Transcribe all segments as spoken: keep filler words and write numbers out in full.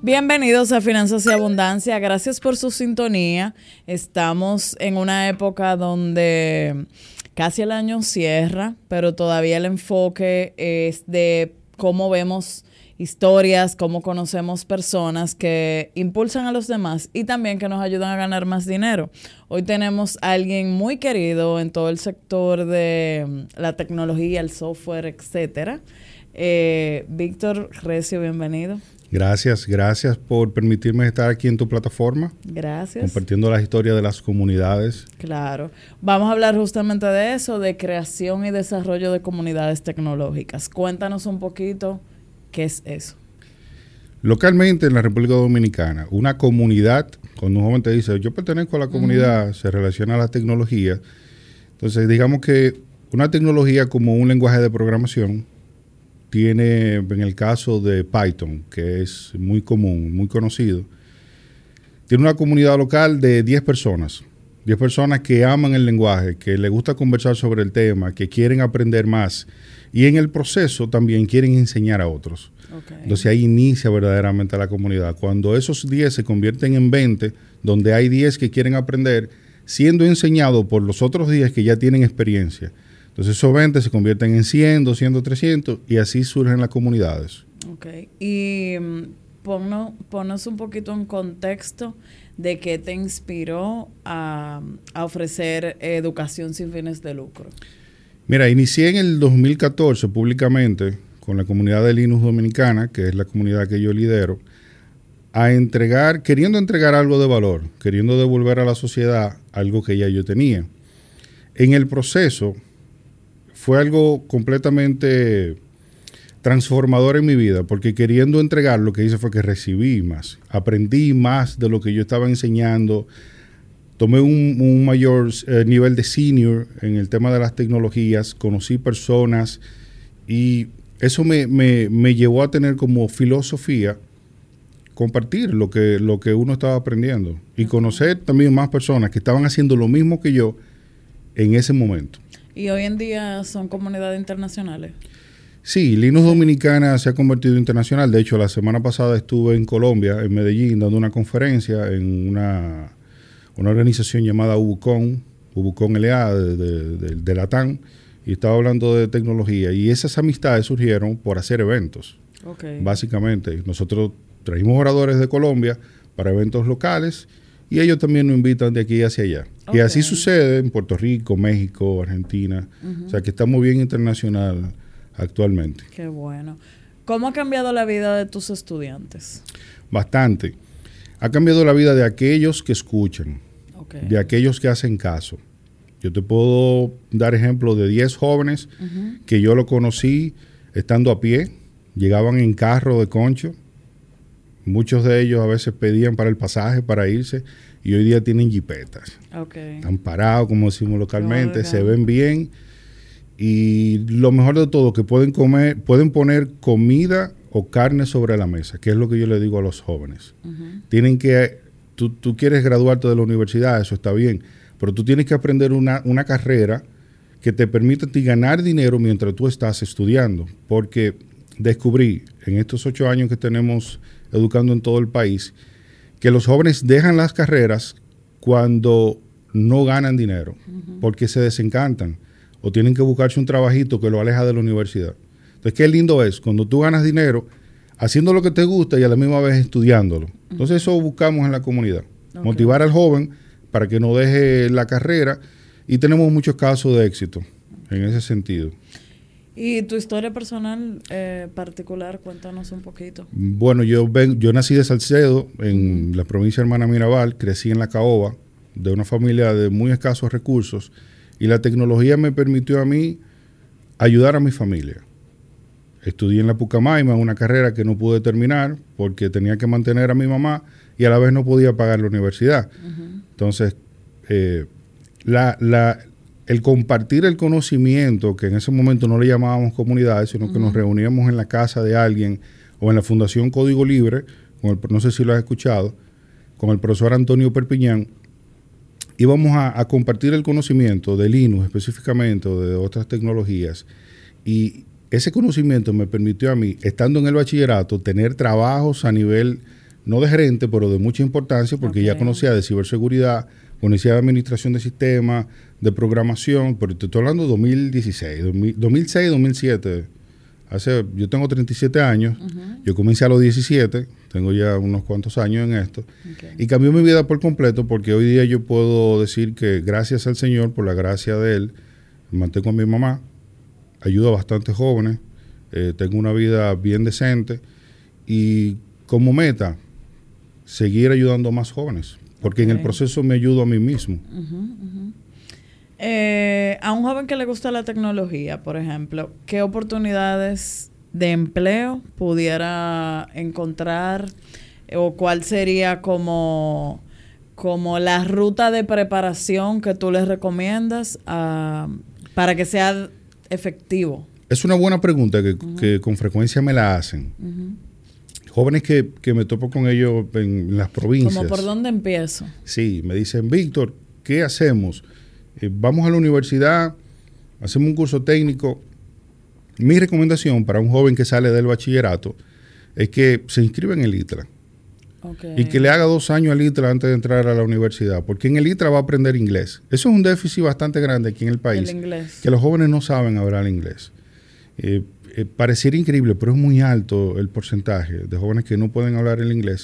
Bienvenidos a Finanzas y Abundancia. Gracias por su sintonía. Estamos en una época donde casi el año cierra, pero todavía el enfoque es de cómo vemos historias, cómo conocemos personas que impulsan a los demás y también que nos ayudan a ganar más dinero. Hoy tenemos a alguien muy querido en todo el sector de la tecnología, el software, etcétera. Eh, Víctor Recio, bienvenido. Gracias, gracias por permitirme estar aquí en tu plataforma. Gracias. Compartiendo las historias de las comunidades. Claro. Vamos a hablar justamente de eso, de creación y desarrollo de comunidades tecnológicas. Cuéntanos un poquito qué es eso. Localmente en la República Dominicana, una comunidad, cuando un joven te dice, yo pertenezco a la comunidad, uh-huh. se relaciona a la tecnología. Entonces, digamos que una tecnología como un lenguaje de programación tiene, en el caso de Python, que es muy común, muy conocido, tiene una comunidad local de diez personas. diez personas que aman el lenguaje, que les gusta conversar sobre el tema, que quieren aprender más y en el proceso también quieren enseñar a otros. Okay. Entonces ahí inicia verdaderamente la comunidad. Cuando esos diez se convierten en veinte, donde hay diez que quieren aprender, siendo enseñados por los otros diez que ya tienen experiencia. Entonces esos veinte se convierten en cien, doscientos, trescientos y así surgen las comunidades. Ok. Y um, ponnos, ponnos un poquito en contexto de qué te inspiró a, a ofrecer educación sin fines de lucro. Mira, inicié en el dos mil catorce públicamente con la comunidad de Linux Dominicana, que es la comunidad que yo lidero, a entregar, queriendo entregar algo de valor, queriendo devolver a la sociedad algo que ya yo tenía. En el proceso fue algo completamente transformador en mi vida, porque queriendo entregar, lo que hice fue que recibí más, aprendí más de lo que yo estaba enseñando, tomé un, un mayor eh, nivel de senior en el tema de las tecnologías, conocí personas y eso me, me, me llevó a tener como filosofía compartir lo que, lo que uno estaba aprendiendo y conocer también más personas que estaban haciendo lo mismo que yo en ese momento. ¿Y hoy en día son comunidades internacionales? Sí, Linux Dominicana se ha convertido en internacional. De hecho, la semana pasada estuve en Colombia, en Medellín, dando una conferencia en una, una organización llamada Ubucon, Ubucon L A de, de, de, de Latam, y estaba hablando de tecnología. Y esas amistades surgieron por hacer eventos, okay. Básicamente. Nosotros trajimos oradores de Colombia para eventos locales y ellos también nos invitan de aquí hacia allá. Okay. Y así sucede en Puerto Rico, México, Argentina. Uh-huh. O sea que estamos bien internacional actualmente. Qué bueno. ¿Cómo ha cambiado la vida de tus estudiantes? Bastante. Ha cambiado la vida de aquellos que escuchan, okay. de aquellos que hacen caso. Yo te puedo dar ejemplo de diez jóvenes uh-huh. que yo lo conocí estando a pie, llegaban en carro de concho. Muchos de ellos a veces pedían para el pasaje, para irse, y hoy día tienen jipetas. Okay. Están parados, como decimos localmente, oh, se ven bien. Y lo mejor de todo, que pueden comer, pueden poner comida o carne sobre la mesa, que es lo que yo le digo a los jóvenes. Uh-huh. Tienen que, tú, tú quieres graduarte de la universidad, eso está bien, pero tú tienes que aprender una, una carrera que te permita a ti ganar dinero mientras tú estás estudiando. Porque descubrí en estos ocho años que tenemos educando en todo el país, que los jóvenes dejan las carreras cuando no ganan dinero, uh-huh. porque se desencantan o tienen que buscarse un trabajito que lo aleja de la universidad. Entonces, qué lindo es cuando tú ganas dinero haciendo lo que te gusta y a la misma vez estudiándolo. Uh-huh. Entonces, eso buscamos en la comunidad. Okay. Motivar al joven para que no deje la carrera y tenemos muchos casos de éxito en ese sentido. ¿Y tu historia personal eh, particular? Cuéntanos un poquito. Bueno, yo ven, yo nací de Salcedo, en uh-huh. la provincia de Hermana Mirabal, crecí en La Caoba, de una familia de muy escasos recursos, y la tecnología me permitió a mí ayudar a mi familia. Estudié en la Pucamaima, una carrera que no pude terminar porque tenía que mantener a mi mamá y a la vez no podía pagar la universidad. Uh-huh. Entonces, eh, la... la el compartir el conocimiento, que en ese momento no le llamábamos comunidades, sino uh-huh. que nos reuníamos en la casa de alguien o en la Fundación Código Libre, con el, no sé si lo has escuchado, con el profesor Antonio Perpiñán, íbamos a, a compartir el conocimiento de Linux específicamente o de otras tecnologías, y ese conocimiento me permitió a mí, estando en el bachillerato, tener trabajos a nivel no de gerente, pero de mucha importancia, porque okay. ya conocía de ciberseguridad, conocía de administración de sistemas, de programación, pero te estoy hablando de dos mil dieciséis, dos mil seis, dos mil siete. Hace, yo tengo treinta y siete años, uh-huh. yo comencé a los diecisiete, tengo ya unos cuantos años en esto, okay. y cambió mi vida por completo, porque hoy día yo puedo decir que gracias al Señor, por la gracia de Él, me mantengo con mi mamá, ayudo a bastantes jóvenes, eh, tengo una vida bien decente, y como meta, seguir ayudando a más jóvenes, porque okay. en el proceso me ayudo a mí mismo. Uh-huh, uh-huh. Eh, a un joven que le gusta la tecnología, por ejemplo, ¿qué oportunidades de empleo pudiera encontrar o cuál sería como, como la ruta de preparación que tú les recomiendas uh, para que sea efectivo? Es una buena pregunta que, uh-huh. que con frecuencia me la hacen. Uh-huh. Jóvenes que, que me topo con ellos en, en las provincias. ¿Cómo por dónde empiezo? Sí, me dicen, Víctor, ¿qué hacemos? Eh, vamos a la universidad, hacemos un curso técnico. Mi recomendación para un joven que sale del bachillerato es que se inscriba en el ITLA. Okay. Y que le haga dos años al ITLA antes de entrar a la universidad, porque en el ITLA va a aprender inglés. Eso es un déficit bastante grande aquí en el país. El inglés. Que los jóvenes no saben hablar inglés. Eh, eh, pareciera increíble, pero es muy alto el porcentaje de jóvenes que no pueden hablar el inglés.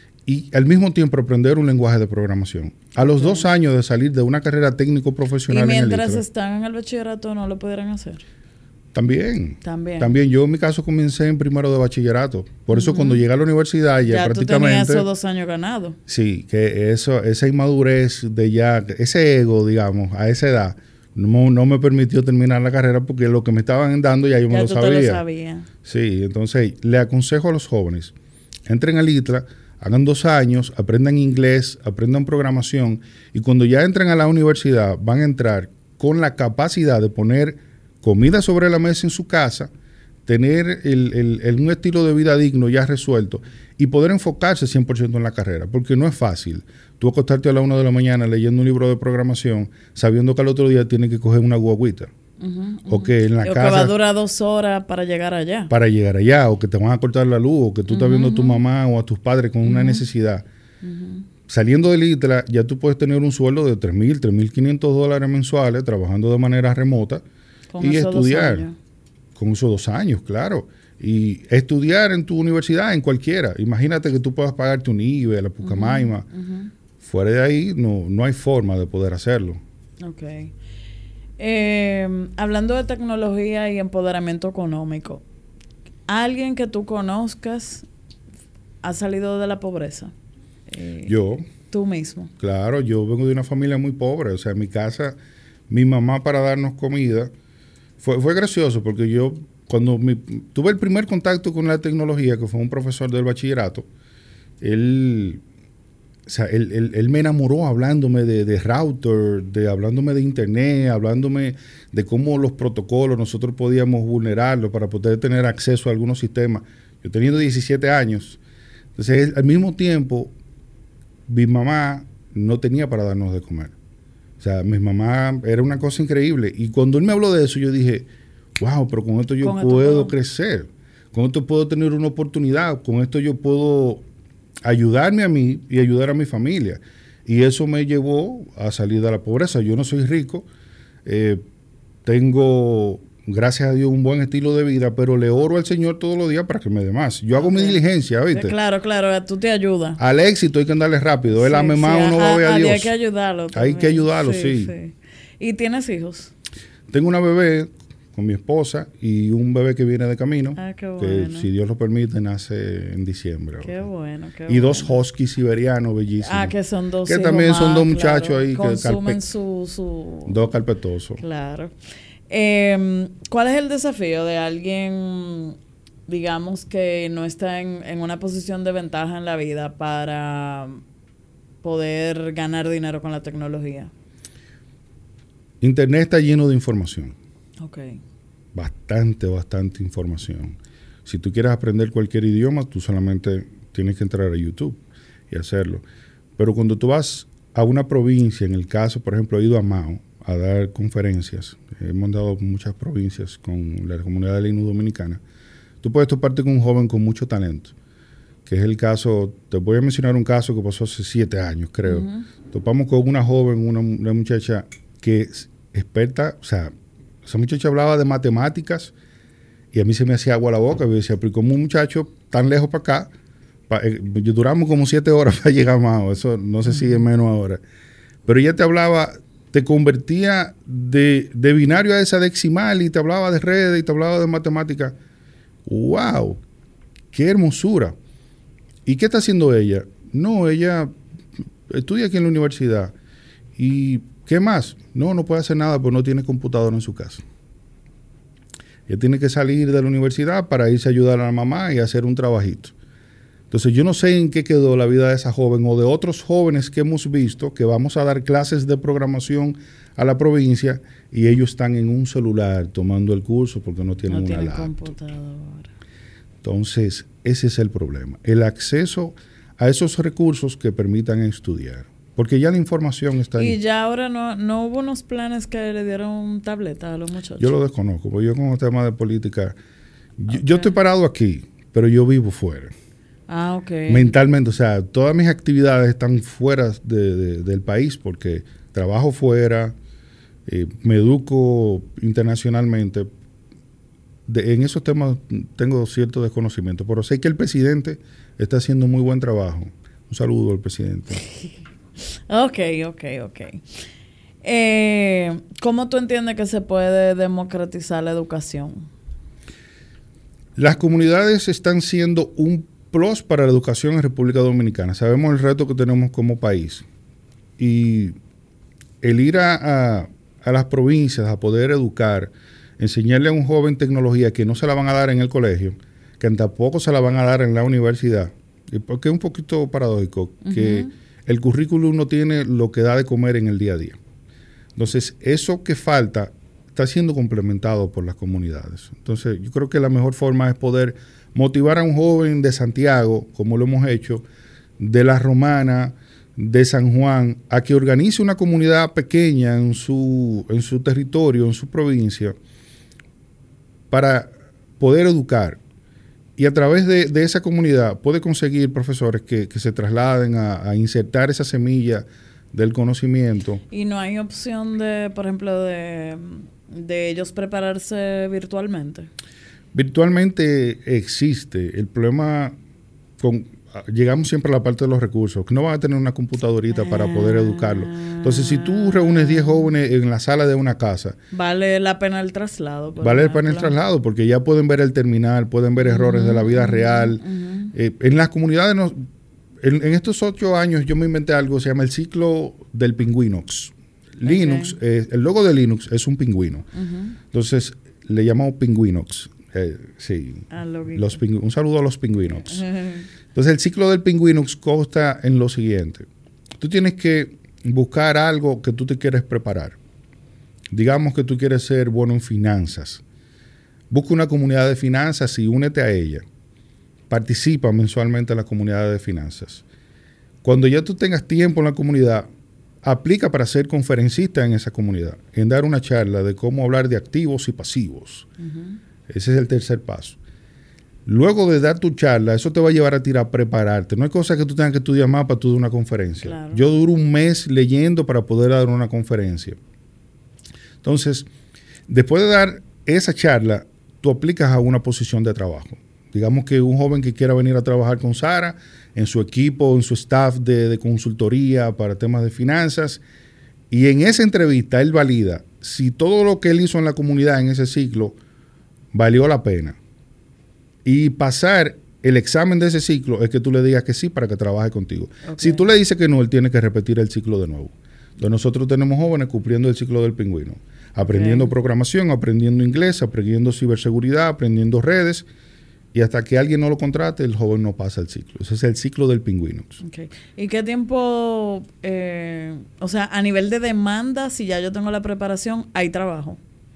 Y al mismo tiempo aprender un lenguaje de programación. A los okay. dos años de salir de una carrera técnico profesional. ¿Y mientras en el están en el bachillerato no lo pudieran hacer? También. También. También. Yo en mi caso comencé en primero de bachillerato. Por eso uh-huh. cuando llegué a la universidad ya, ya prácticamente... Ya tú tenías esos dos años ganados. Sí, que eso, esa inmadurez de ya, ese ego, digamos, a esa edad, no, no me permitió terminar la carrera porque lo que me estaban dando ya yo ya me lo tú sabía. Te lo sabía. Sí, entonces le aconsejo a los jóvenes, entren al ITLA, hagan dos años, aprendan inglés, aprendan programación y cuando ya entren a la universidad van a entrar con la capacidad de poner comida sobre la mesa en su casa, tener el, el, el, un estilo de vida digno ya resuelto y poder enfocarse cien por ciento en la carrera, porque no es fácil. Tú acostarte a la una de la mañana leyendo un libro de programación sabiendo que al otro día tienes que coger una guaguita. Uh-huh, uh-huh. O que en la o casa... que va a durar dos horas para llegar allá. Para llegar allá, o que te van a cortar la luz, o que tú uh-huh, estás viendo a tu mamá o a tus padres con uh-huh. una necesidad. Uh-huh. Saliendo del ITLA, ya tú puedes tener un sueldo de tres mil, tres mil quinientos dólares mensuales trabajando de manera remota con y esos estudiar. Dos años. Con esos dos años, claro. Y estudiar en tu universidad, en cualquiera. Imagínate que tú puedas pagarte un I B E, la Pucamaima. Uh-huh, uh-huh. Fuera de ahí, no, no hay forma de poder hacerlo. Ok. Eh, hablando de tecnología y empoderamiento económico, ¿alguien que tú conozcas ha salido de la pobreza? Eh, yo. ¿Tú mismo? Claro, yo vengo de una familia muy pobre. O sea, en mi casa, mi mamá para darnos comida, fue, fue gracioso porque yo, cuando mi, tuve el primer contacto con la tecnología, que fue un profesor del bachillerato, él... O sea, él, él, él me enamoró hablándome de, de router, de, hablándome de internet, hablándome de cómo los protocolos nosotros podíamos vulnerarlos para poder tener acceso a algunos sistemas. Yo teniendo diecisiete años, entonces él, al mismo tiempo, mi mamá no tenía para darnos de comer. O sea, mi mamá era una cosa increíble. Y cuando él me habló de eso, yo dije, wow, pero con esto yo con puedo esto crecer. Con esto puedo tener una oportunidad. Con esto yo puedo... ayudarme a mí y ayudar a mi familia. Y eso me llevó a salir de la pobreza. Yo no soy rico, eh, tengo, gracias a Dios, un buen estilo de vida, pero le oro al Señor todos los días para que me dé más. Yo hago okay. mi diligencia, ¿viste? Claro, claro, tú te ayudas. Al éxito hay que andarle rápido. Él ame más, uno va a ver a Dios. Hay que ayudarlo también. Hay que ayudarlo, sí, sí. sí. ¿Y tienes hijos? Tengo una bebé con mi esposa y un bebé que viene de camino, ah, qué bueno. que si Dios lo permite nace en diciembre. Qué ahora. bueno, qué y bueno. dos huskies siberianos bellísimos. Ah, que son dos Que también son más, dos muchachos claro. ahí. Consumen que su, su... Dos carpetosos. Claro. Eh, ¿Cuál es el desafío de alguien, digamos, que no está en, en una posición de ventaja en la vida para poder ganar dinero con la tecnología? Internet está lleno de información. Ok. Bastante, bastante información. Si tú quieres aprender cualquier idioma, tú solamente tienes que entrar a YouTube y hacerlo. Pero cuando tú vas a una provincia, en el caso, por ejemplo, he ido a Mao a dar conferencias, hemos dado muchas provincias con la comunidad de la I N U Dominicana, tú puedes toparte con un joven con mucho talento, que es el caso, te voy a mencionar un caso que pasó hace siete años, creo. Uh-huh. Topamos con una joven, una, una muchacha que es experta, o sea, esa muchacha hablaba de matemáticas y a mí se me hacía agua a la boca. Yo decía, pero como un muchacho tan lejos para acá, pa, eh, duramos como siete horas para llegar más, eso no sé uh-huh. si es menos ahora. Pero ella te hablaba, te convertía de, de binario a hexadecimal y te hablaba de redes y te hablaba de matemáticas. ¡Wow! ¡Qué hermosura! ¿Y qué está haciendo ella? No, ella estudia aquí en la universidad. ¿Y qué más? No, no puede hacer nada porque no tiene computadora en su casa. Ella tiene que salir de la universidad para irse a ayudar a la mamá y hacer un trabajito. Entonces yo no sé en qué quedó la vida de esa joven o de otros jóvenes que hemos visto que vamos a dar clases de programación a la provincia y ellos están en un celular tomando el curso porque no tienen no una laptop. Entonces ese es el problema, el acceso a esos recursos que permitan estudiar, porque ya la información está ahí. Y ya ahora no, no hubo unos planes que le dieron tableta a los muchachos. Yo lo desconozco, porque yo con el tema de política, okay. yo, yo estoy parado aquí, pero yo vivo fuera. Ah, ok. Mentalmente, o sea, todas mis actividades están fuera de, de, del país porque trabajo fuera, eh, me educo internacionalmente. De, en esos temas tengo cierto desconocimiento, pero sé que el presidente está haciendo muy buen trabajo. Un saludo al presidente. Ok, ok, ok. Eh, ¿Cómo tú entiendes que se puede democratizar la educación? Las comunidades están siendo un plus para la educación en República Dominicana. Sabemos el reto que tenemos como país. Y el ir a, a, a las provincias a poder educar, enseñarle a un joven tecnología que no se la van a dar en el colegio, que tampoco se la van a dar en la universidad, y porque es un poquito paradójico, uh-huh. que el currículum no tiene lo que da de comer en el día a día. Entonces, eso que falta está siendo complementado por las comunidades. Entonces, yo creo que la mejor forma es poder motivar a un joven de Santiago, como lo hemos hecho, de La Romana, de San Juan, a que organice una comunidad pequeña en su, en su territorio, en su provincia, para poder educar. Y a través de, de esa comunidad puede conseguir profesores que, que se trasladen a, a insertar esa semilla del conocimiento. Y no hay opción de, por ejemplo, de, de ellos prepararse virtualmente. Virtualmente existe. El problema, con, llegamos siempre a la parte de los recursos, que no van a tener una computadorita ah. para poder educarlo. Entonces, si tú reúnes diez jóvenes en la sala de una casa, vale la pena el traslado. Vale la pena el traslado, porque ya pueden ver el terminal, pueden ver errores uh-huh, de la vida uh-huh, real. Uh-huh. Eh, en las comunidades, no, en, en estos ocho años, yo me inventé algo, se llama el ciclo del pingüinox. Okay. Linux, eh, el logo de Linux es un pingüino. Uh-huh. Entonces, le llamamos pingüinox. Eh, sí, los pingü- un saludo a los pingüinox. Entonces, el ciclo del pingüinox consta en lo siguiente. Tú tienes que buscar algo que tú te quieres preparar. Digamos que tú quieres ser bueno en finanzas. Busca una comunidad de finanzas y únete a ella. Participa mensualmente en la comunidad de finanzas. Cuando ya tú tengas tiempo en la comunidad, aplica para ser conferencista en esa comunidad, en dar una charla de cómo hablar de activos y pasivos. Uh-huh. Ese es el tercer paso. Luego de dar tu charla, eso te va a llevar a ti a prepararte. No hay cosa que tú tengas que estudiar más para tú dar una conferencia. Claro. Yo duro un mes leyendo para poder dar una conferencia. Entonces, después de dar esa charla, tú aplicas a una posición de trabajo. Digamos que un joven que quiera venir a trabajar con Sara, en su equipo, en su staff de, de consultoría para temas de finanzas, y en esa entrevista él valida si todo lo que él hizo en la comunidad en ese ciclo valió la pena. Y pasar el examen de ese ciclo es que tú le digas que sí para que trabaje contigo. Okay. Si tú le dices que no, él tiene que repetir el ciclo de nuevo. Entonces nosotros tenemos jóvenes cumpliendo el ciclo del pingüino, aprendiendo okay. programación, aprendiendo inglés, aprendiendo ciberseguridad, aprendiendo redes, y hasta que alguien no lo contrate, el joven no pasa el ciclo. Ese es el ciclo del pingüino. Okay. ¿Y qué tiempo, eh, o sea, a nivel de demanda, si ya yo tengo la preparación, hay trabajo?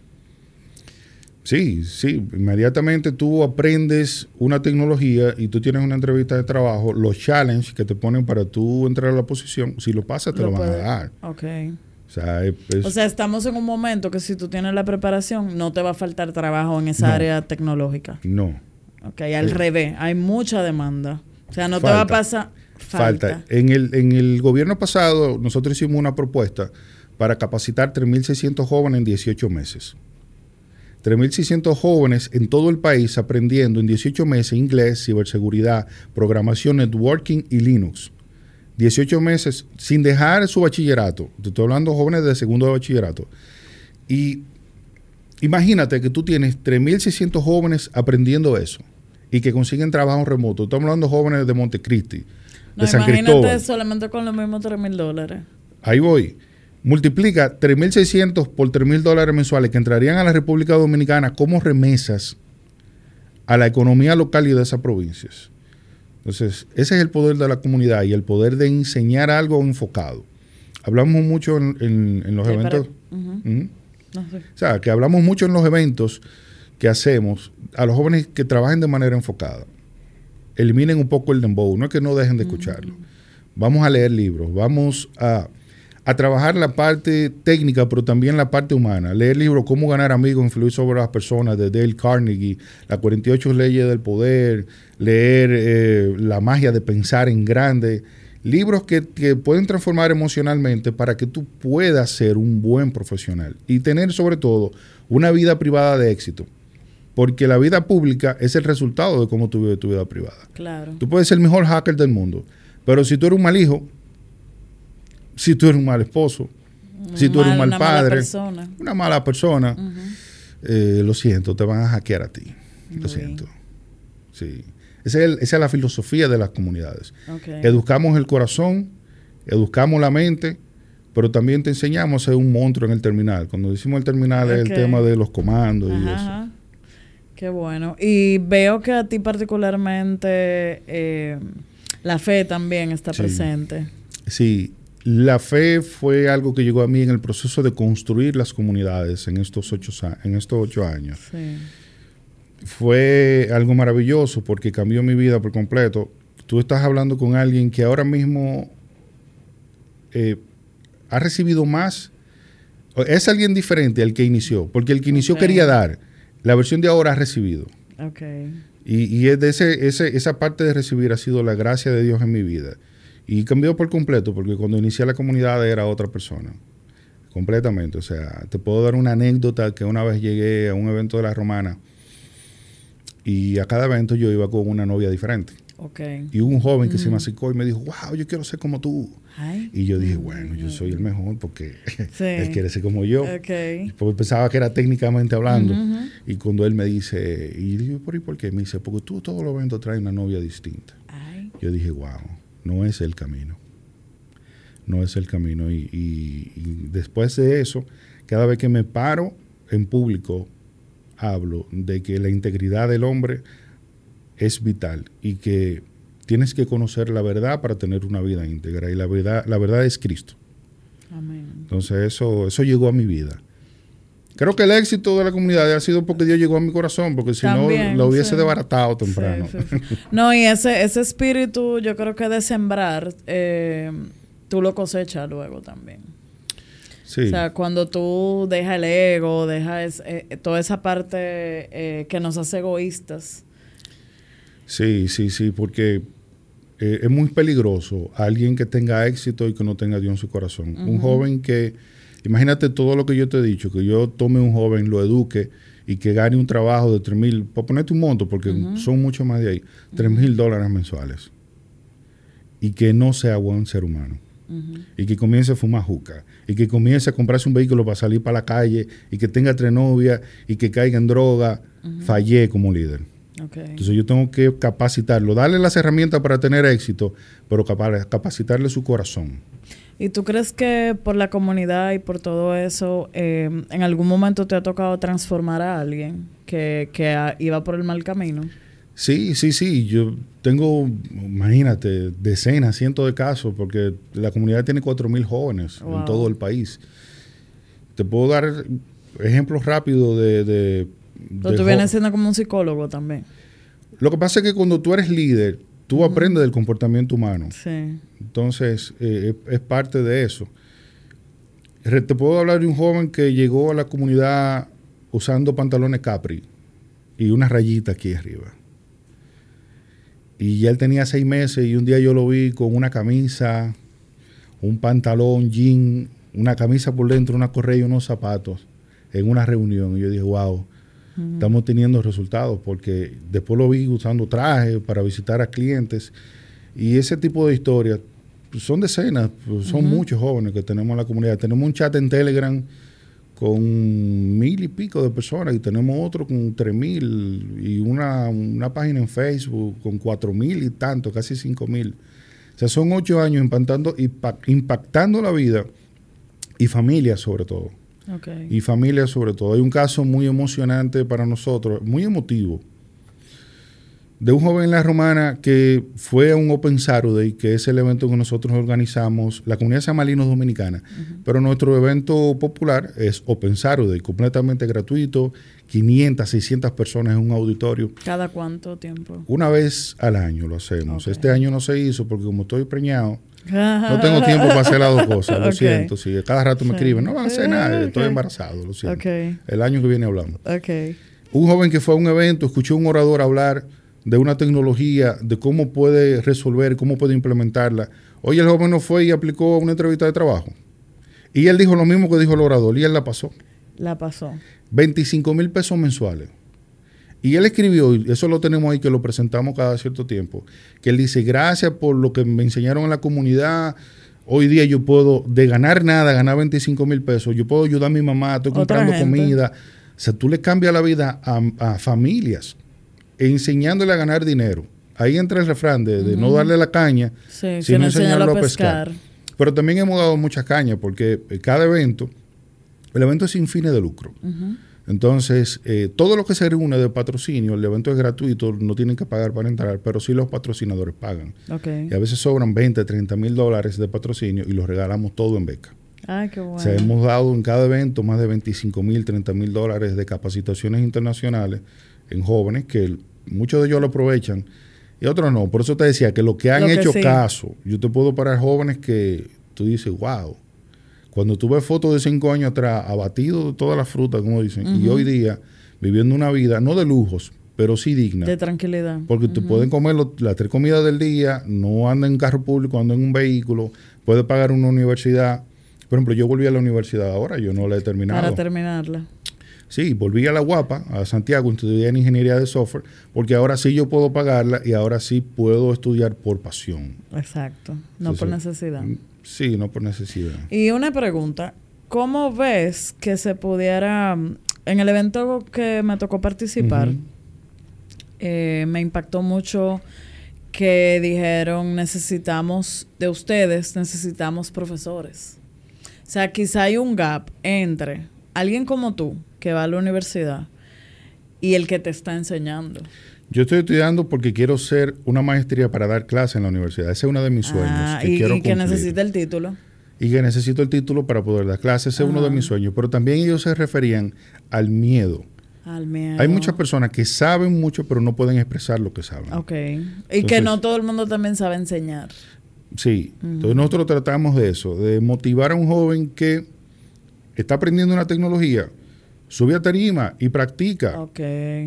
Sí, sí. Inmediatamente tú aprendes una tecnología y tú tienes una entrevista de trabajo, los challenges que te ponen para tú entrar a la posición, si lo pasas te lo, lo van puede. a dar. Ok. O sea, es, es, o sea, estamos en un momento que si tú tienes la preparación, no te va a faltar trabajo en esa no, área tecnológica. No. Ok, al eh. revés, hay mucha demanda. O sea, no falta, te va a pasar... Falta. falta. En, el, en el gobierno pasado, nosotros hicimos una propuesta para capacitar tres mil seiscientos jóvenes en dieciocho meses. tres mil seiscientos jóvenes en todo el país aprendiendo en dieciocho meses inglés, ciberseguridad, programación, networking y Linux. dieciocho meses sin dejar su bachillerato. Te estoy hablando de jóvenes de segundo de bachillerato. Y imagínate que tú tienes tres mil seiscientos jóvenes aprendiendo eso y que consiguen trabajo remoto. Estamos hablando de jóvenes de Montecristi, no, de San Cristóbal. Imagínate solamente con los mismos tres mil dólares. Ahí voy. Multiplica tres mil seiscientos por tres mil dólares mensuales que entrarían a la República Dominicana como remesas a la economía local y de esas provincias. Entonces, ese es el poder de la comunidad y el poder de enseñar algo enfocado. Hablamos mucho en, en, en los sí, eventos. Para, uh-huh. ¿Mm? No sé. O sea, que hablamos mucho en los eventos que hacemos a los jóvenes que trabajen de manera enfocada. Eliminen un poco el dembow, no es que no dejen de escucharlo. Uh-huh. Vamos a leer libros, vamos a, a trabajar la parte técnica, pero también la parte humana. Leer libros, Cómo ganar amigos, influir sobre las personas, de Dale Carnegie, las cuarenta y ocho leyes del poder, leer eh, La magia de pensar en grande. Libros que, que pueden transformar emocionalmente para que tú puedas ser un buen profesional y tener sobre todo una vida privada de éxito. Porque la vida pública es el resultado de cómo tú vives tu vida privada. Claro. Tú puedes ser el mejor hacker del mundo, pero si tú eres un mal hijo, si tú eres un mal esposo, un si tú mal, eres un mal una padre, mala persona. una mala persona, uh-huh. eh, lo siento, te van a hackear a ti. Muy lo siento. Sí. Esa es, el, esa es la filosofía de las comunidades. Okay. Educamos el corazón, educamos la mente, pero también te enseñamos a ser un monstruo en el terminal. Cuando decimos el terminal okay. es el tema de los comandos ajá, y eso. Ajá. Qué bueno. Y veo que a ti particularmente eh, la fe también está sí. presente. Sí, la fe fue algo que llegó a mí en el proceso de construir las comunidades en estos ocho, en estos ocho años. Sí. Fue algo maravilloso porque cambió mi vida por completo. Tú estás hablando con alguien que ahora mismo eh, ha recibido más. Es alguien diferente al que inició, porque el que inició okay. quería dar. La versión de ahora ha recibido. Okay. Y, y es de ese, ese, esa parte de recibir ha sido la gracia de Dios en mi vida. Y cambió por completo, porque cuando inicié la comunidad era otra persona. Completamente. O sea, te puedo dar una anécdota que una vez llegué a un evento de la Romana y a cada evento yo iba con una novia diferente. Okay. Y hubo un joven que mm. se me acercó y me dijo, wow, yo quiero ser como tú. Ay. Y yo dije, bueno, yo soy el mejor porque sí. él quiere ser como yo. Okay. Porque pensaba que era técnicamente hablando. Uh-huh. Y cuando él me dice, y yo digo, ¿por, ¿por qué? Me dice, porque tú todos los eventos traes una novia distinta. Ay. Yo dije, wow, no es el camino. No es el camino. Y, y, y después de eso, cada vez que me paro en público, hablo de que la integridad del hombre es vital y que tienes que conocer la verdad para tener una vida íntegra. Y la verdad, la verdad es Cristo. Amén. Entonces eso, eso llegó a mi vida. Creo que el éxito de la comunidad ha sido porque Dios llegó a mi corazón, porque si También, no lo hubiese sí. desbaratado temprano. Sí, sí, sí. No, y ese, ese espíritu yo creo que de sembrar, eh, tú lo cosechas luego también. Sí. O sea, cuando tú dejas el ego, dejas eh, toda esa parte eh, que nos hace egoístas. Sí, sí, sí, porque eh, es muy peligroso alguien que tenga éxito y que no tenga Dios en su corazón. Uh-huh. Un joven que, imagínate todo lo que yo te he dicho, que yo tome un joven, lo eduque y que gane un trabajo de tres mil, para ponerte un monto, porque uh-huh. son mucho más de ahí, tres mil uh-huh. dólares mensuales. Y que no sea buen ser humano. Uh-huh. Y que comience a fumar juca. Y que comience a comprarse un vehículo para salir para la calle. Y que tenga tres novias. Y que caiga en droga. Uh-huh. Fallé como líder. Okay. Entonces yo tengo que capacitarlo. Darle las herramientas para tener éxito. Pero capacitarle su corazón. ¿Y tú crees que por la comunidad y por todo eso, eh, en algún momento te ha tocado transformar a alguien que, que a, iba por el mal camino? Sí, sí, sí. Yo tengo, imagínate, decenas, cientos de casos, porque la comunidad tiene cuatro mil jóvenes wow. en todo el país. Te puedo dar ejemplos rápidos de... de Pero de tú vienes siendo como un psicólogo también. Lo que pasa es que cuando tú eres líder, tú uh-huh. aprendes del comportamiento humano. Sí. Entonces, eh, es, es parte de eso. Te puedo hablar de un joven que llegó a la comunidad usando pantalones Capri y una rayita aquí arriba. Y ya él tenía seis meses y un día yo lo vi con una camisa, un pantalón, jean, una camisa por dentro, una correa y unos zapatos en una reunión. Y yo dije, wow, uh-huh. estamos teniendo resultados, porque después lo vi usando trajes para visitar a clientes. Y ese tipo de historias, pues, son decenas, pues, son uh-huh. muchos jóvenes que tenemos en la comunidad. Tenemos un chat en Telegram con mil y pico de personas y tenemos otro con tres mil y una, una página en Facebook con cuatro mil y tanto, casi cinco mil. O sea, son ocho años impactando, impactando la vida y familias sobre todo. Okay. Y familias sobre todo. Hay un caso muy emocionante para nosotros, muy emotivo, de un joven en La Romana que fue a un Open Saturday, que es el evento que nosotros organizamos. La comunidad se llama Linos Dominicana, uh-huh. pero nuestro evento popular es Open Saturday, completamente gratuito, quinientas, seiscientas personas en un auditorio. ¿Cada cuánto tiempo? Una vez al año lo hacemos. Okay. Este año no se hizo porque como estoy preñado, Ah. no tengo tiempo para hacer las dos cosas, lo Okay. siento. Si cada rato me Sí. escriben, no van a hacer nada, Okay. estoy embarazado, lo siento. Okay. El año que viene hablamos. Okay. Un joven que fue a un evento, escuchó a un orador hablar de una tecnología, de cómo puede resolver, cómo puede implementarla. Hoy el joven no fue y aplicó una entrevista de trabajo. Y él dijo lo mismo que dijo el orador, y él la pasó. La pasó. veinticinco mil pesos mensuales. Y él escribió, y eso lo tenemos ahí, que lo presentamos cada cierto tiempo, que él dice, gracias por lo que me enseñaron en la comunidad. Hoy día yo puedo, de ganar nada, ganar veinticinco mil pesos. Yo puedo ayudar a mi mamá, estoy comprando comida. O sea, tú le cambias la vida a, a familias, enseñándole a ganar dinero. Ahí entra el refrán de, de uh-huh. no darle la caña, sí, sino enseñarlo a pescar. pescar. Pero también hemos dado muchas cañas, porque cada evento, el evento es sin fines de lucro. Uh-huh. Entonces, eh, todo lo que se reúne de patrocinio, el evento es gratuito, no tienen que pagar para entrar, pero sí los patrocinadores pagan. Okay. Y a veces sobran veinte, treinta mil dólares de patrocinio y los regalamos todo en beca. Ay, qué bueno. O sea, hemos dado en cada evento más de veinticinco mil, treinta mil dólares de capacitaciones internacionales en jóvenes que muchos de ellos lo aprovechan y otros no. Por eso te decía que lo que han lo hecho que sí. caso, yo te puedo parar jóvenes que tú dices, wow, cuando tú ves fotos de cinco años atrás, abatidos de todas las frutas, como dicen, uh-huh. y hoy día viviendo una vida, no de lujos, pero sí digna. De tranquilidad. Porque uh-huh. te pueden comer lo, las tres comidas del día, no andan en carro público, andan en un vehículo, puede pagar una universidad. Por ejemplo, yo volví a la universidad ahora, yo no la he terminado. Para terminarla. Sí, volví a la Guapa, a Santiago, estudié en ingeniería de software, porque ahora sí yo puedo pagarla y ahora sí puedo estudiar por pasión. Exacto, no Entonces, por necesidad. Sí, no por necesidad. Y una pregunta, ¿cómo ves que se pudiera, en el evento que me tocó participar, uh-huh. eh, me impactó mucho que dijeron, necesitamos, de ustedes, necesitamos profesores. O sea, quizá hay un gap entre alguien como tú, que va a la universidad, y el que te está enseñando. Yo estoy estudiando porque quiero ser una maestría para dar clases en la universidad. Ese es uno de mis sueños. Ah, que y, quiero y que necesita el título. Y que necesito el título para poder dar clases. Ese es uno de mis sueños. Pero también ellos se referían al miedo. Al miedo. Hay muchas personas que saben mucho, pero no pueden expresar lo que saben. Ok. Y Entonces, que no todo el mundo también sabe enseñar. Sí. Uh-huh. Entonces nosotros tratamos de eso, de motivar a un joven que está aprendiendo una tecnología, sube a tarima y practica. Ok.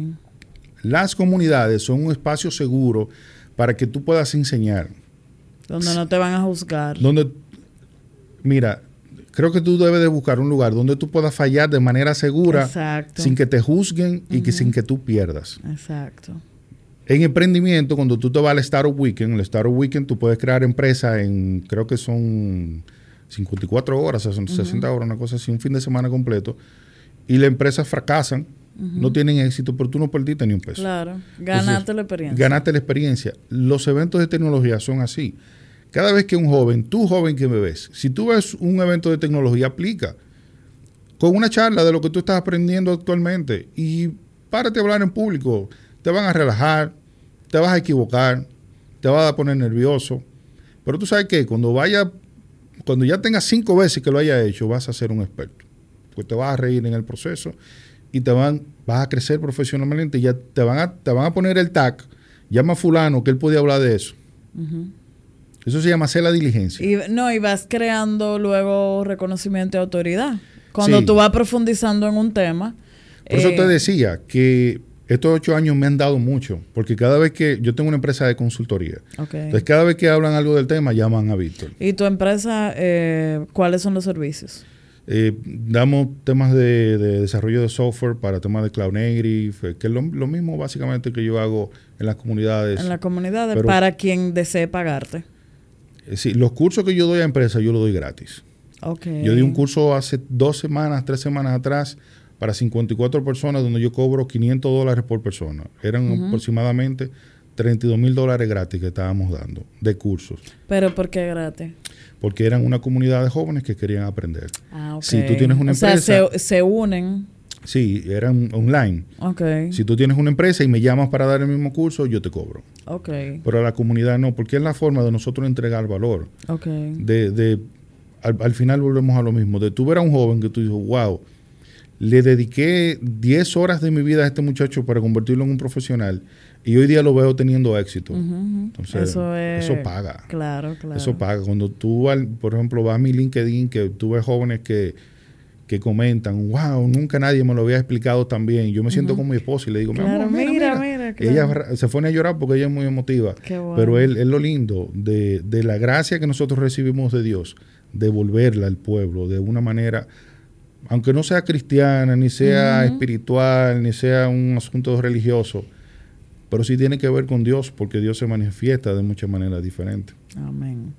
Las comunidades son un espacio seguro para que tú puedas enseñar. Donde no te van a juzgar. Donde, mira, creo que tú debes de buscar un lugar donde tú puedas fallar de manera segura. Exacto. Sin que te juzguen y uh-huh. que sin que tú pierdas. Exacto. En emprendimiento, cuando tú te vas al Startup Weekend, el Startup Weekend tú puedes crear empresas en, creo que son cincuenta y cuatro horas, son uh-huh. sesenta horas, una cosa así, un fin de semana completo. Y las empresas fracasan, uh-huh. no tienen éxito, pero tú no perdiste ni un peso. Claro, ganaste Entonces, la experiencia. Ganaste la experiencia. Los eventos de tecnología son así. Cada vez que un joven, tú joven que me ves, si tú ves un evento de tecnología, aplica con una charla de lo que tú estás aprendiendo actualmente y párate a hablar en público. Te van a relajar, te vas a equivocar, te vas a poner nervioso. Pero tú sabes que cuando vaya, cuando ya tengas cinco veces que lo haya hecho, vas a ser un experto. Pues te vas a reír en el proceso y te van, vas a crecer profesionalmente y ya te van a, te van a poner el tag, llama a fulano que él podía hablar de eso. Uh-huh. Eso se llama hacer la diligencia. Y, no, y vas creando luego reconocimiento y autoridad. Cuando sí. tú vas profundizando en un tema. Por eh, eso te decía que estos ocho años me han dado mucho, porque cada vez que yo tengo una empresa de consultoría, okay. entonces cada vez que hablan algo del tema, llaman a Víctor. ¿Y tu empresa, eh, cuáles son los servicios? Eh, damos temas de, de desarrollo de software para temas de Cloud Native, que es lo, lo mismo básicamente que yo hago en las comunidades. En las comunidades, pero, para quien desee pagarte. Eh, sí, los cursos que yo doy a empresas, yo los doy gratis. Okay. Yo di un curso hace dos semanas, tres semanas atrás, para cincuenta y cuatro personas, donde yo cobro quinientos dólares por persona. Eran uh-huh. aproximadamente treinta y dos mil dólares gratis que estábamos dando de cursos. ¿Pero por qué gratis? Porque eran una comunidad de jóvenes que querían aprender. Ah, ok. Si tú tienes una o empresa... sea, se, se unen. Sí, eran online. Ok. Si tú tienes una empresa y me llamas para dar el mismo curso, yo te cobro. Ok. Pero a la comunidad no, porque es la forma de nosotros entregar valor. Ok. De, de, al, al final volvemos a lo mismo. De tú ver a un joven que tú dices, wow, le dediqué diez horas de mi vida a este muchacho para convertirlo en un profesional y hoy día lo veo teniendo éxito. Uh-huh. Entonces, eso, es, eso paga. Claro, claro. Eso paga. Cuando tú, por ejemplo, vas a mi LinkedIn, que tú ves jóvenes que, que comentan, wow, nunca nadie me lo había explicado tan bien. Yo me siento uh-huh. con mi esposa y le digo, claro, mi amor, mira, mira, mira. mira. Claro. Ella se pone a llorar porque ella es muy emotiva. Qué bueno. Pero es, es lo lindo de, de la gracia que nosotros recibimos de Dios, devolverla al pueblo de una manera... Aunque no sea cristiana, ni sea uh-huh. espiritual, ni sea un asunto religioso, pero sí tiene que ver con Dios, porque Dios se manifiesta de muchas maneras diferentes. Amén.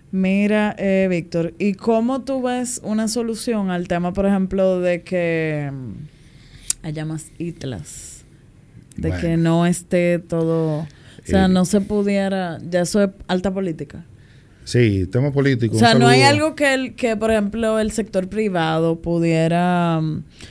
Mira, eh, Víctor, ¿y cómo tú ves una solución al tema, por ejemplo, de que haya más islas? De bueno. que no esté todo... O sea, eh, no se pudiera... Ya eso es alta política. Sí, tema político. O sea, no hay algo que, el, que, por ejemplo, el sector privado pudiera,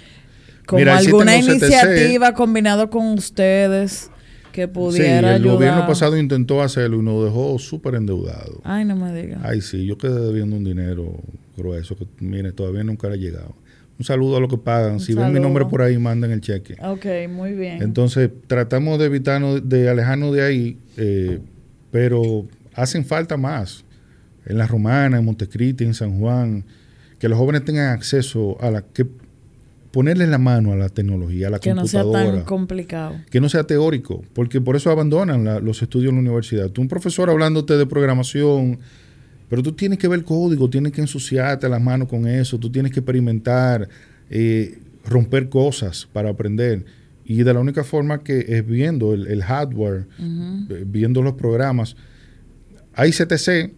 como Mira, alguna iniciativa combinado con ustedes, que pudiera ayudar. Sí, el ayudar. Gobierno pasado intentó hacerlo y nos dejó súper endeudados. Ay, no me digas. Ay, sí, yo quedé debiendo un dinero grueso que, mire, todavía nunca le ha llegado. Un saludo a los que pagan. Un si saludo. Ven mi nombre por ahí, manden el cheque. Ok, muy bien. Entonces, tratamos de evitarnos, de alejarnos de ahí, eh, pero hacen falta más. En La Romana, en Montecristi, en San Juan, que los jóvenes tengan acceso a la... que ponerles la mano a la tecnología, a la que computadora. Que no sea tan complicado. Que no sea teórico, porque por eso abandonan la, los estudios en la universidad. Tú un profesor hablándote de programación, pero tú tienes que ver código, tienes que ensuciarte las manos con eso, tú tienes que experimentar, eh, romper cosas para aprender. Y de la única forma que es viendo el, el hardware, uh-huh. eh, viendo los programas. Hay C T C...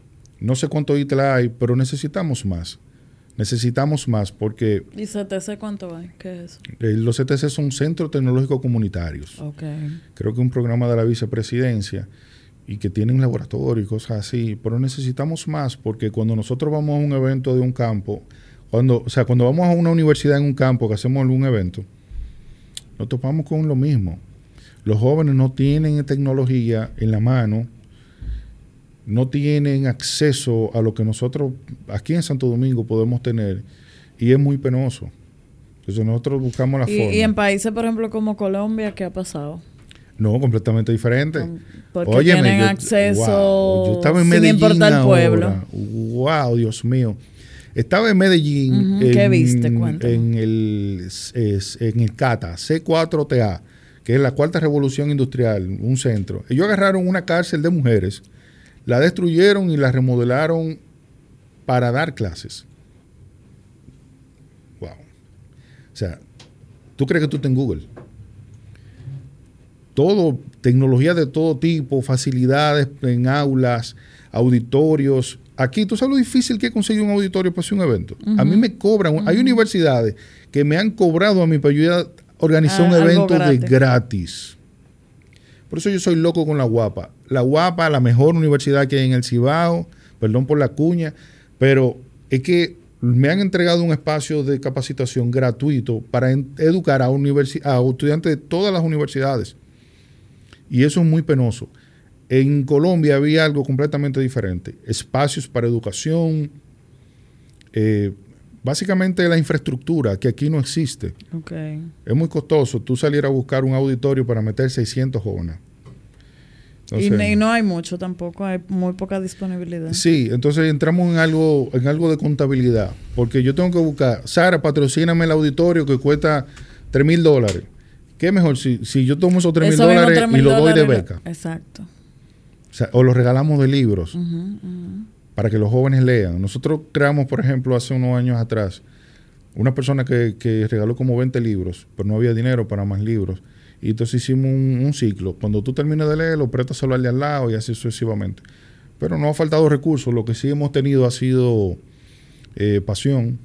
No sé cuánto I T L A hay, pero necesitamos más. Necesitamos más porque... ¿Y C T C cuánto hay? ¿Qué es eso? Eh, los C T C son Centros Tecnológicos Comunitarios. Okay. Creo que es un programa de la vicepresidencia y que tienen laboratorio y cosas así. Pero necesitamos más porque cuando nosotros vamos a un evento de un campo, cuando, o sea, cuando vamos a una universidad en un campo que hacemos algún evento, nos topamos con lo mismo. Los jóvenes no tienen tecnología en la mano, no tienen acceso a lo que nosotros aquí en Santo Domingo podemos tener y es muy penoso. Entonces nosotros buscamos la ¿Y, forma. ¿Y en países, por ejemplo, como Colombia, qué ha pasado? No, completamente diferente. Porque Óyeme, tienen yo, acceso wow, yo estaba en sin Medellín importar el pueblo. Ahora. Wow, Dios mío. Estaba en Medellín. Uh-huh. en, ¿Qué viste? Cuéntame. En el, es, en el CATA, C cuatro T A, que es la Cuarta Revolución Industrial, un centro. Ellos agarraron una cárcel de mujeres, la destruyeron y la remodelaron para dar clases. Wow. O sea, ¿tú crees que tú estás en Google? Todo, tecnología de todo tipo, facilidades en aulas, auditorios. Aquí, ¿tú sabes lo difícil que es conseguir un auditorio para hacer un evento? Uh-huh. A mí me cobran, uh-huh. Hay universidades que me han cobrado a mí para ayudar a organizar ah, un evento de gratis. Por eso yo soy loco con la UAPA. La UAPA, la mejor universidad que hay en el Cibao, perdón por la cuña, pero es que me han entregado un espacio de capacitación gratuito para en, educar a, universi- a estudiantes de todas las universidades. Y eso es muy penoso. En Colombia había algo completamente diferente. Espacios para educación, eh, básicamente la infraestructura, que aquí no existe. Okay. Es muy costoso tú salir a buscar un auditorio para meter seiscientos jóvenes. Entonces, y, y no hay mucho tampoco, hay muy poca disponibilidad. Sí, entonces entramos en algo, en algo de contabilidad, porque yo tengo que buscar, Sara, patrocíname el auditorio que cuesta tres mil dólares. ¿qué mejor si, si yo tomo esos tres mil dólares y los doy de beca? Exacto. O sea, o los regalamos de libros uh -huh, uh -huh. para que los jóvenes lean. Nosotros creamos, por ejemplo, hace unos años atrás, una persona que, que regaló como veinte libros, pero no había dinero para más libros. Y entonces hicimos un, un ciclo. Cuando tú termines de leerlo, préstaselo al de al lado y así sucesivamente. Pero no ha faltado recursos. Lo que sí hemos tenido ha sido eh, pasión.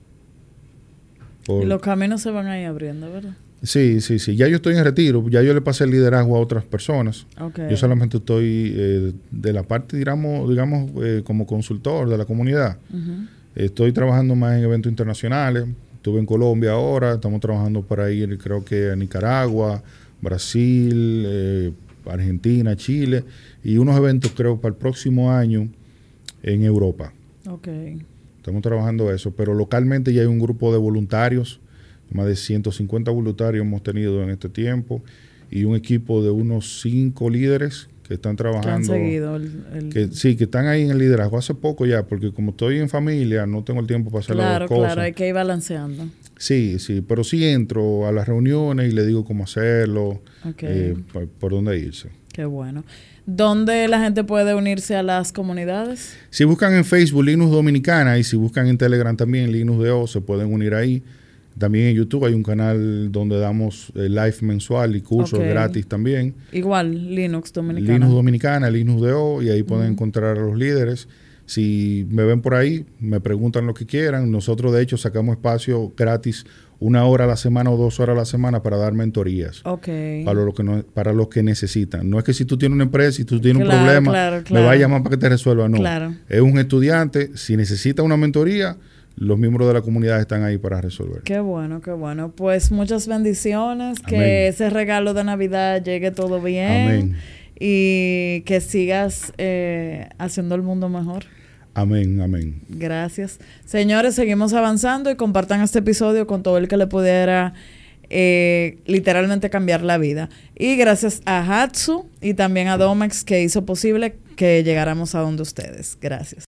Por... Y los caminos se van a ir abriendo, ¿verdad? Sí, sí, sí. Ya yo estoy en retiro. Ya yo le pasé el liderazgo a otras personas. Okay. Yo solamente estoy eh, de la parte, digamos, digamos eh, como consultor de la comunidad. Uh-huh. Estoy trabajando más en eventos internacionales. Estuve en Colombia ahora. Estamos trabajando para ir, creo que a Nicaragua, Brasil, eh, Argentina, Chile. Y unos eventos, creo, para el próximo año en Europa. Okay. Estamos trabajando eso. Pero localmente ya hay un grupo de voluntarios. Más de ciento cincuenta voluntarios hemos tenido en este tiempo y un equipo de unos cinco líderes que están trabajando. Que han seguido el, el... Que, sí, que están ahí en el liderazgo. Hace poco ya, porque como estoy en familia, no tengo el tiempo para hacer claro, las cosas. Claro, hay que ir balanceando. Sí, sí, pero sí entro a las reuniones y le digo cómo hacerlo, okay. eh, por, por dónde irse. Qué bueno. ¿Dónde la gente puede unirse a las comunidades? Si buscan en Facebook Linux Dominicana y si buscan en Telegram también Linux D O, se pueden unir ahí. También en YouTube hay un canal donde damos eh, live mensual y cursos okay. gratis también. Igual, Linux Dominicana. Linux Dominicana, Linux D O, y ahí uh-huh. pueden encontrar a los líderes. Si me ven por ahí, me preguntan lo que quieran. Nosotros, de hecho, sacamos espacio gratis una hora a la semana o dos horas a la semana para dar mentorías. Okay. Para los que no, para los que necesitan. No es que si tú tienes una empresa y tú tienes claro, un problema, claro, claro. me vayas a llamar para que te resuelva. No. Claro. Es un estudiante. Si necesita una mentoría, los miembros de la comunidad están ahí para resolver. Qué bueno, qué bueno. Pues muchas bendiciones. Amén. Que ese regalo de Navidad llegue todo bien. Amén. Y que sigas eh, haciendo el mundo mejor. Amén, amén. Gracias. Señores, seguimos avanzando y compartan este episodio con todo el que le pudiera eh, literalmente cambiar la vida. Y gracias a Hatsu y también a Domex que hizo posible que llegáramos a donde ustedes. Gracias.